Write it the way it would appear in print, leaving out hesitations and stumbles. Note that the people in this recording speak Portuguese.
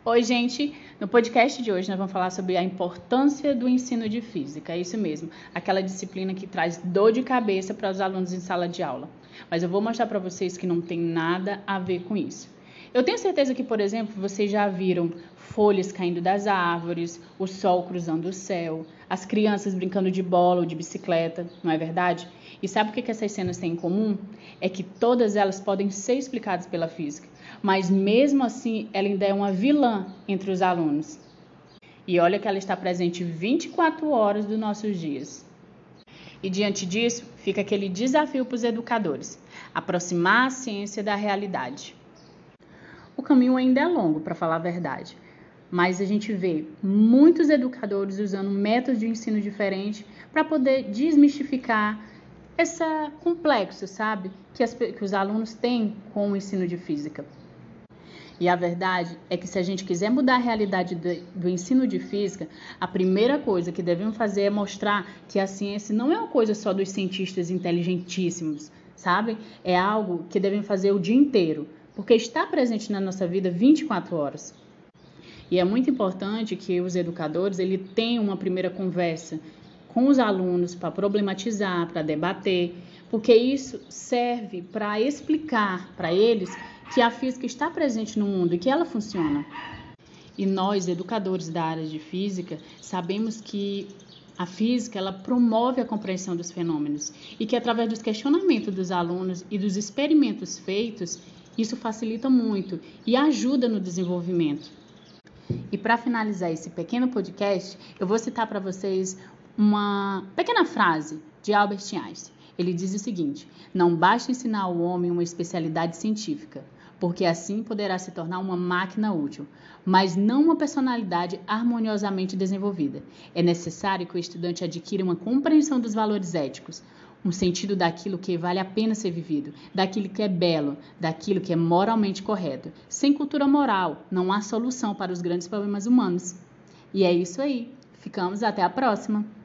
Oi, gente! No podcast de hoje nós vamos falar sobre a importância do ensino de física. É isso mesmo, aquela disciplina que traz dor de cabeça para os alunos em sala de aula. Mas eu vou mostrar para vocês que não tem nada a ver com isso. Eu tenho certeza que, por exemplo, vocês já viram folhas caindo das árvores, o sol cruzando o céu, as crianças brincando de bola ou de bicicleta, não é verdade? E sabe o que essas cenas têm em comum? É que todas elas podem ser explicadas pela física, mas mesmo assim ela ainda é uma vilã entre os alunos. E olha que ela está presente 24 horas dos nossos dias. E diante disso, fica aquele desafio para os educadores: aproximar a ciência da realidade. O caminho ainda é longo, para falar a verdade, mas a gente vê muitos educadores usando métodos de ensino diferentes para poder desmistificar esse complexo, sabe, que os alunos têm com o ensino de física. E a verdade é que se a gente quiser mudar a realidade do ensino de física, a primeira coisa que devemos fazer é mostrar que a ciência não é uma coisa só dos cientistas inteligentíssimos, sabe? É algo que devemos fazer o dia inteiro, porque está presente na nossa vida 24 horas. E é muito importante que os educadores tenham uma primeira conversa com os alunos para problematizar, para debater, porque isso serve para explicar para eles que a física está presente no mundo e que ela funciona. E nós, educadores da área de física, sabemos que a física ela promove a compreensão dos fenômenos e que através dos questionamentos dos alunos e dos experimentos feitos, isso facilita muito e ajuda no desenvolvimento. E para finalizar esse pequeno podcast, eu vou citar para vocês uma pequena frase de Albert Einstein. Ele diz o seguinte: não basta ensinar ao homem uma especialidade científica, porque assim poderá se tornar uma máquina útil, mas não uma personalidade harmoniosamente desenvolvida. É necessário que o estudante adquira uma compreensão dos valores éticos, um sentido daquilo que vale a pena ser vivido, daquilo que é belo, daquilo que é moralmente correto. Sem cultura moral, não há solução para os grandes problemas humanos. E é isso aí. Ficamos até a próxima!